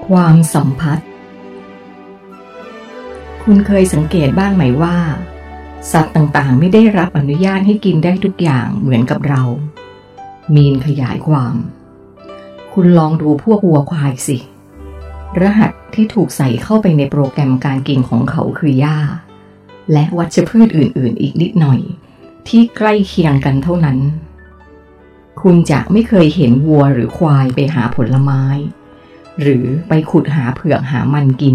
ความสัมพัทธ์คุณเคยสังเกตบ้างไหมว่าสัตว์ต่างๆไม่ได้รับอนุญาตให้กินได้ทุกอย่างเหมือนกับเรามีนขยายความคุณลองดูพวกวัวควายสิรหัสที่ถูกใส่เข้าไปในโปรแกรมการกินของเขาคือหญ้าและวัชพืชอื่นๆอีกนิดหน่อยที่ใกล้เคียงกันเท่านั้นคุณจะไม่เคยเห็นวัวหรือควายไปหาผลไม้หรือไปขุดหาเผือกหามันกิน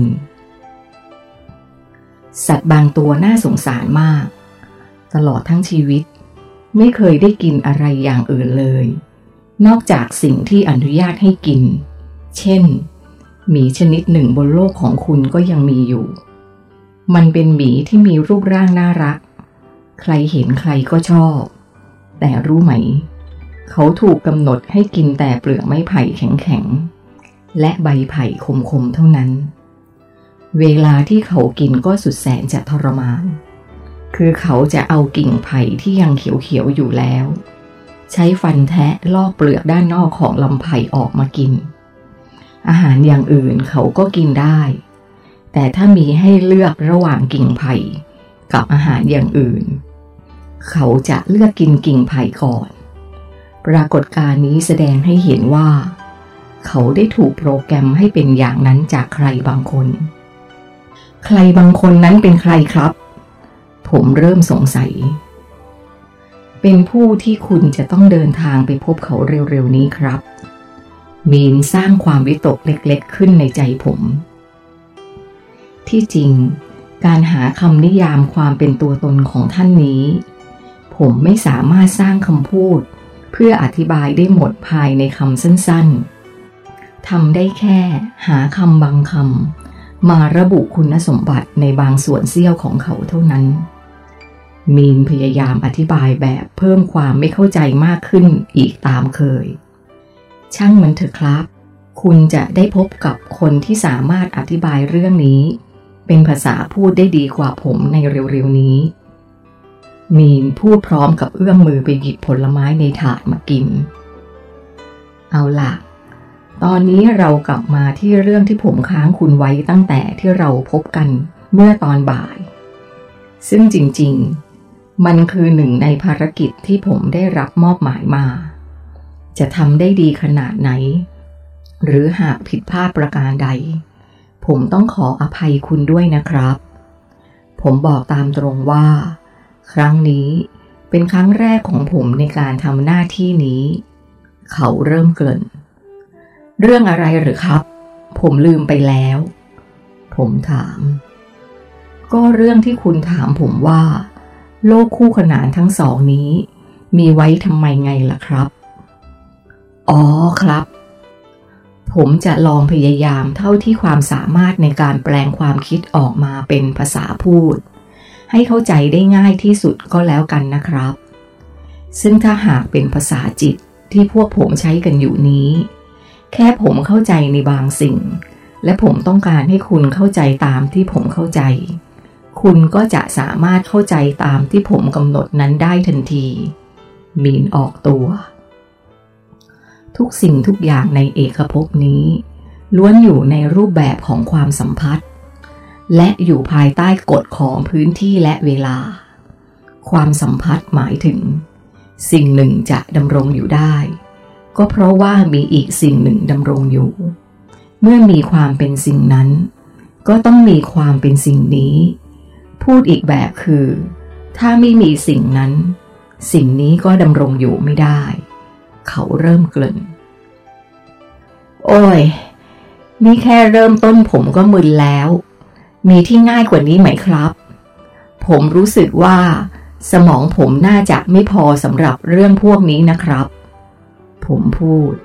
สัตว์บางตัวน่าสงสารมากตลอดทั้งชีวิตไม่เคยได้กินอะไรอย่างอื่นเลยนอกจากสิ่งที่อนุญาตให้กินเช่นหมีชนิดหนึ่งบนโลกของคุณก็ยังมีอยู่มันเป็นหมีที่มีรูปร่างน่ารักใครเห็นใครก็ชอบแต่รู้ไหมเขาถูกกำหนดให้กินแต่เปลือกไม้ไผ่แข็งๆและใบไผ่คมๆเท่านั้นเวลาที่เขากินก็สุดแสนจะทรมานคือเขาจะเอากิ่งไผ่ที่ยังเขียวๆอยู่แล้วใช้ฟันแทะลอกเปลือกด้านนอกของลำไผ่ออกมากินอาหารอย่างอื่นเขาก็กินได้แต่ถ้ามีให้เลือกระหว่างกิ่งไผ่กับอาหารอย่างอื่นเขาจะเลือกกินกิ่งไผ่ก่อนปรากฏการณ์นี้แสดงให้เห็นว่าเขาได้ถูกโปรแกรมให้เป็นอย่างนั้นจากใครบางคนใครบางคนนั้นเป็นใครครับผมเริ่มสงสัยเป็นผู้ที่คุณจะต้องเดินทางไปพบเขาเร็วๆนี้ครับมีนสร้างความวิตกเล็กๆขึ้นในใจผมที่จริงการหาคำนิยามความเป็นตัวตนของท่านนี้ผมไม่สามารถสร้างคำพูดเพื่ออธิบายได้หมดภายในคำสั้นๆทำได้แค่หาคำบางคำมาระบุคุณสมบัติในบางส่วนเสี้ยวของเขาเท่านั้นมีนพยายามอธิบายแบบเพิ่มความไม่เข้าใจมากขึ้นอีกตามเคยช่างมันเถอะครับคุณจะได้พบกับคนที่สามารถอธิบายเรื่องนี้เป็นภาษาพูดได้ดีกว่าผมในเร็วๆนี้มีนพูดพร้อมกับเอื้อมมือไปหยิบผลไม้ในถาดมากินเอาล่ะตอนนี้เรากลับมาที่เรื่องที่ผมค้างคุณไว้ตั้งแต่ที่เราพบกันเมื่อตอนบ่ายซึ่งจริงๆมันคือหนึ่งในภารกิจที่ผมได้รับมอบหมายมาจะทำได้ดีขนาดไหนหรือหากผิดพลาดประการใดผมต้องขออภัยคุณด้วยนะครับผมบอกตามตรงว่าครั้งนี้เป็นครั้งแรกของผมในการทำหน้าที่นี้เขาเริ่มเกริ่นเรื่องอะไรหรือครับผมลืมไปแล้วผมถามก็เรื่องที่คุณถามผมว่าโลกคู่ขนานทั้งสองนี้มีไว้ทำไมไงล่ะครับอ๋อครับผมจะลองพยายามเท่าที่ความสามารถในการแปลงความคิดออกมาเป็นภาษาพูดให้เข้าใจได้ง่ายที่สุดก็แล้วกันนะครับซึ่งถ้าหากเป็นภาษาจิตที่พวกผมใช้กันอยู่นี้แค่ผมเข้าใจในบางสิ่งและผมต้องการให้คุณเข้าใจตามที่ผมเข้าใจคุณก็จะสามารถเข้าใจตามที่ผมกำหนดนั้นได้ทันทีมีนออกตัวทุกสิ่งทุกอย่างในเอกภพนี้ล้วนอยู่ในรูปแบบของความสัมพัทธ์และอยู่ภายใต้กฎของพื้นที่และเวลาความสัมพัทธ์หมายถึงสิ่งหนึ่งจะดำรงอยู่ได้ก็เพราะว่ามีอีกสิ่งหนึ่งดำรงอยู่เมื่อมีความเป็นสิ่งนั้นก็ต้องมีความเป็นสิ่งนี้พูดอีกแบบคือถ้าไม่มีสิ่งนั้นสิ่งนี้ก็ดำรงอยู่ไม่ได้เขาเริ่มเกริ่นโอ้ยนี่แค่เริ่มต้นผมก็มึนแล้วมีที่ง่ายกว่านี้ไหมครับผมรู้สึกว่าสมองผมน่าจะไม่พอสำหรับเรื่องพวกนี้นะครับผมพูด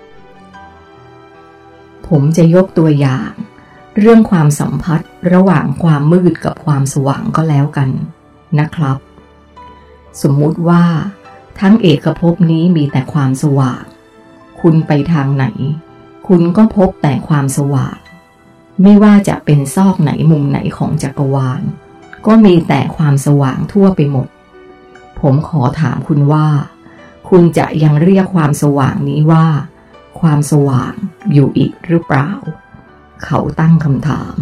ผมจะยกตัวอย่างเรื่องความสัมพัทธ์ระหว่างความมืดกับความสว่างก็แล้วกันนะครับสมมุติว่าทั้งเอกภพนี้มีแต่ความสว่างคุณไปทางไหนคุณก็พบแต่ความสว่างไม่ว่าจะเป็นซอกไหนมุมไหนของจักรวาลก็มีแต่ความสว่างทั่วไปหมดผมขอถามคุณว่าคุณจะยังเรียกความสว่างนี้ว่าความสว่างอยู่อีกหรือเปล่าเขาตั้งคำถาม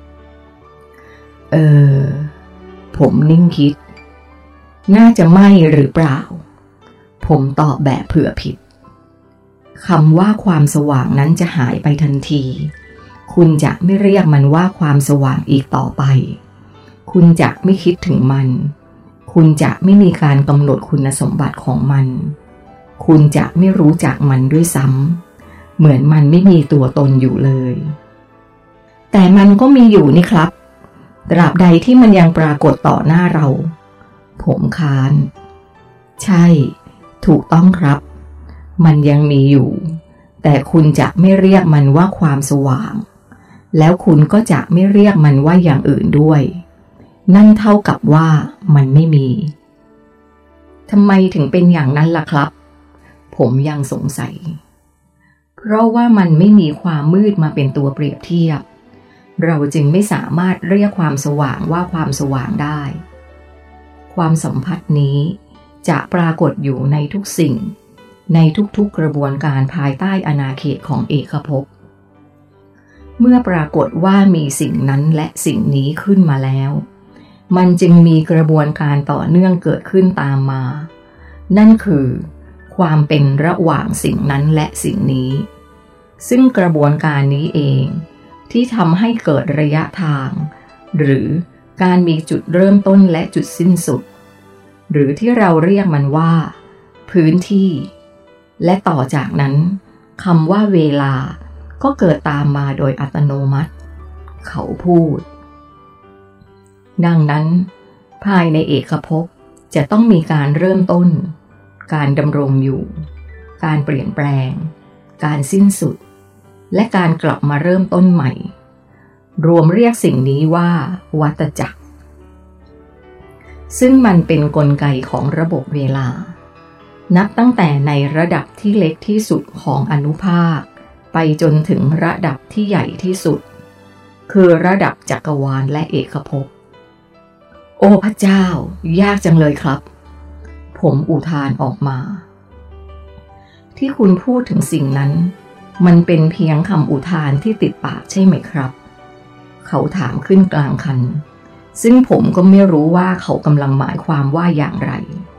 ผมนิ่งคิดน่าจะไม่หรือเปล่าผมตอบแบบเผื่อผิดคำว่าความสว่างนั้นจะหายไปทันทีคุณจะไม่เรียกมันว่าความสว่างอีกต่อไปคุณจะไม่คิดถึงมันคุณจะไม่มีการกำหนดคุณสมบัติของมันคุณจะไม่รู้จักมันด้วยซ้ำเหมือนมันไม่มีตัวตนอยู่เลยแต่มันก็มีอยู่นี่ครับตราบใดที่มันยังปรากฏต่อหน้าเราผมค้านใช่ถูกต้องครับมันยังมีอยู่แต่คุณจะไม่เรียกมันว่าความสว่างแล้วคุณก็จะไม่เรียกมันว่าอย่างอื่นด้วยนั่นเท่ากับว่ามันไม่มีทำไมถึงเป็นอย่างนั้นล่ะครับผมยังสงสัยเพราะว่ามันไม่มีความมืดมาเป็นตัวเปรียบเทียบเราจึงไม่สามารถเรียกความสว่างว่าความสว่างได้ความสัมผัสนี้จะปรากฏอยู่ในทุกสิ่งในทุกๆกระบวนการภายใต้อาณาเขตของเอกภพเมื่อปรากฏว่ามีสิ่งนั้นและสิ่งนี้ขึ้นมาแล้วมันจึงมีกระบวนการต่อเนื่องเกิดขึ้นตามมานั่นคือความเป็นระหว่างสิ่งนั้นและสิ่งนี้ซึ่งกระบวนการนี้เองที่ทำให้เกิดระยะทางหรือการมีจุดเริ่มต้นและจุดสิ้นสุดหรือที่เราเรียกมันว่าพื้นที่และต่อจากนั้นคำว่าเวลาก็เกิดตามมาโดยอัตโนมัติเขาพูดดังนั้นภายในเอกภพจะต้องมีการเริ่มต้นการดำรงอยู่การเปลี่ยนแปลงการสิ้นสุดและการกลับมาเริ่มต้นใหม่รวมเรียกสิ่งนี้ว่าวัฏจักรซึ่งมันเป็นกลไกของระบบเวลานับตั้งแต่ในระดับที่เล็กที่สุดของอนุภาคไปจนถึงระดับที่ใหญ่ที่สุดคือระดับจักรวาลและเอกภพโอ้พระเจ้ายากจังเลยครับผมอุทานออกมาที่คุณพูดถึงสิ่งนั้นมันเป็นเพียงคำอุทานที่ติดปากใช่ไหมครับเขาถามขึ้นกลางคันซึ่งผมก็ไม่รู้ว่าเขากำลังหมายความว่าอย่างไร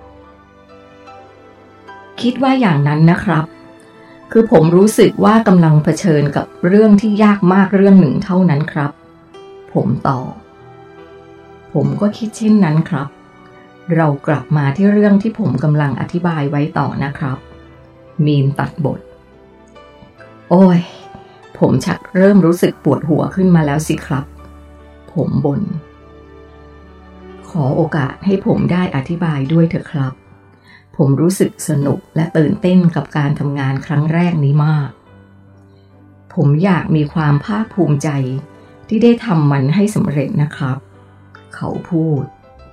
คิดว่าอย่างนั้นนะครับคือผมรู้สึกว่ากำลังเผชิญกับเรื่องที่ยากมากเรื่องหนึ่งเท่านั้นครับผมตอบผมก็คิดเช่นนั้นครับเรากลับมาที่เรื่องที่ผมกำลังอธิบายไว้ต่อนะครับมีนตัดบทโอ้ยผมชักเริ่มรู้สึกปวดหัวขึ้นมาแล้วสิครับผมบ่นขอโอกาสให้ผมได้อธิบายด้วยเถอะครับผมรู้สึกสนุกและตื่นเต้นกับการทำงานครั้งแรกนี้มากผมอยากมีความภาคภูมิใจที่ได้ทำมันให้สำเร็จนะครับเขาพูด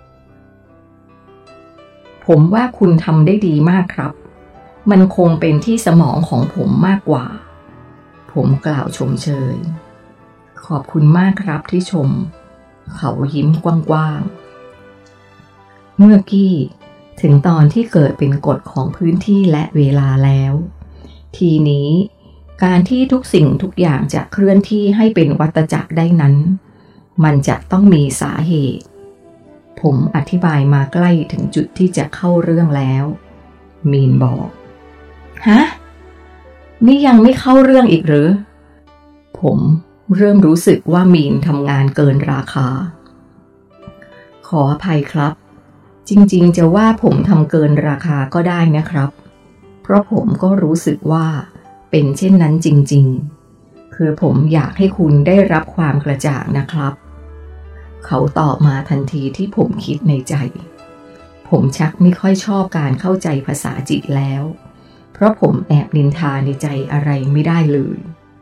ผมว่าคุณทำได้ดีมากครับมันคงเป็นที่สมองของผมมากกว่าผมกล่าวชมเชยขอบคุณมากครับที่ชมเขายิ้มกว้างๆเมื่อกี้ถึงตอนที่เกิดเป็นกฎของพื้นที่และเวลาแล้วทีนี้การที่ทุกสิ่งทุกอย่างจะเคลื่อนที่ให้เป็นวัฏจักรได้นั้นมันจะต้องมีสาเหตุผมอธิบายมาใกล้ถึงจุดที่จะเข้าเรื่องแล้วมีนบอกฮะนี่ยังไม่เข้าเรื่องอีกหรือผมเริ่มรู้สึกว่ามีนทำงานเกินราคาขออภัยครับจริงๆจะว่าผมทำเกินราคาก็ได้นะครับเพราะผมก็รู้สึกว่าเป็นเช่นนั้นจริงๆคือผมอยากให้คุณได้รับความกระจ่างนะครับเขาตอบมาทันทีที่ผมคิดในใจผมชักไม่ค่อยชอบการเข้าใจภาษาจิตแล้วเพราะผมแอบนินทาในใจอะไรไม่ได้เลย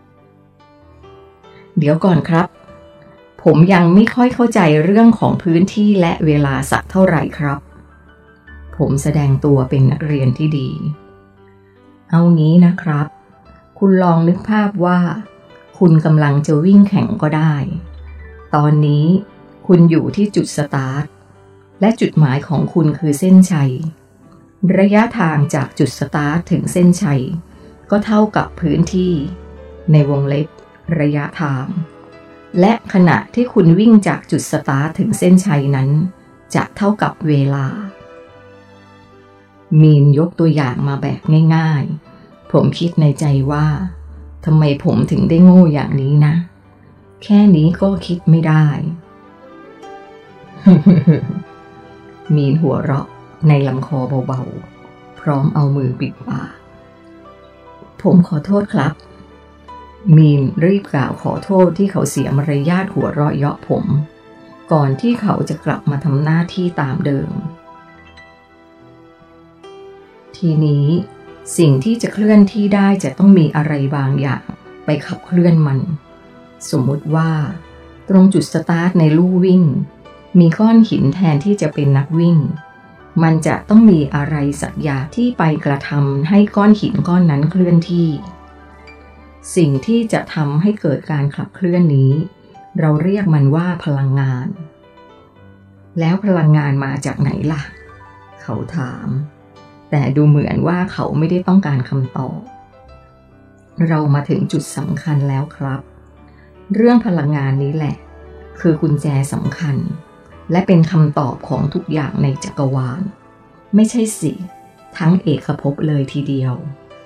เดี๋ยวก่อนครับผมยังไม่ค่อยเข้าใจเรื่องของพื้นที่และเวลาสักเท่าไหร่ครับผมแสดงตัวเป็นนักเรียนที่ดีเอางี้นะครับคุณลองนึกภาพว่าคุณกำลังจะวิ่งแข่งก็ได้ตอนนี้คุณอยู่ที่จุดสตาร์ทและจุดหมายของคุณคือเส้นชัยระยะทางจากจุดสตาร์ทถึงเส้นชัยก็เท่ากับพื้นที่ในวงเล็บระยะทางและขณะที่คุณวิ่งจากจุดสตาร์ทถึงเส้นชัยนั้นจะเท่ากับเวลามีนยกตัวอย่างมาแบบง่ายๆผมคิดในใจว่าทำไมผมถึงได้โง่อย่างนี้นะแค่นี้ก็คิดไม่ได้ มีนหัวเราะในลำคอเบาๆพร้อมเอามือปิดปากผมขอโทษครับมีนรีบกล่าวขอโทษที่เขาเสียมารยาทหัวเราะเยาะผมก่อนที่เขาจะกลับมาทำหน้าที่ตามเดิมทีนี้สิ่งที่จะเคลื่อนที่ได้จะต้องมีอะไรบางอย่างไปขับเคลื่อนมันสมมุติว่าตรงจุดสตาร์ทในลู่วิ่งมีก้อนหินแทนที่จะเป็นนักวิ่งมันจะต้องมีอะไรสักอย่างที่ไปกระทำให้ก้อนหินก้อนนั้นเคลื่อนที่สิ่งที่จะทำให้เกิดการขับเคลื่อนนี้เราเรียกมันว่าพลังงานแล้วพลังงานมาจากไหนล่ะเขาถามแต่ดูเหมือนว่าเขาไม่ได้ต้องการคำตอบเรามาถึงจุดสำคัญแล้วครับเรื่องพลังงานนี้แหละคือกุญแจสำคัญและเป็นคำตอบของทุกอย่างในจักรวาลไม่ใช่สิทั้งเอกภพเลยทีเดียว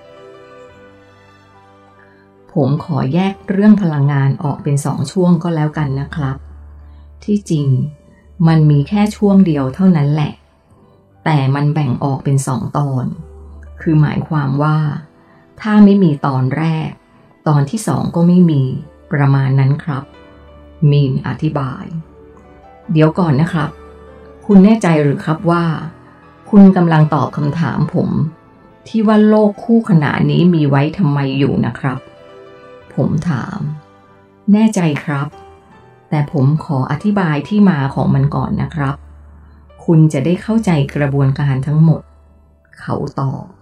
ผมขอแยกเรื่องพลังงานออกเป็น2ช่วงก็แล้วกันนะครับที่จริงมันมีแค่ช่วงเดียวเท่านั้นแหละแต่มันแบ่งออกเป็น2ตอนคือหมายความว่าถ้าไม่มีตอนแรกตอนที่2ก็ไม่มีประมาณนั้นครับมีนอธิบายเดี๋ยวก่อนนะครับคุณแน่ใจหรือครับว่าคุณกำลังตอบคำถามผมที่ว่าโลกคู่ขนานนี้มีไว้ทำไมอยู่นะครับผมถามแน่ใจครับแต่ผมขออธิบายที่มาของมันก่อนนะครับคุณจะได้เข้าใจกระบวนการทั้งหมดเขาตอบ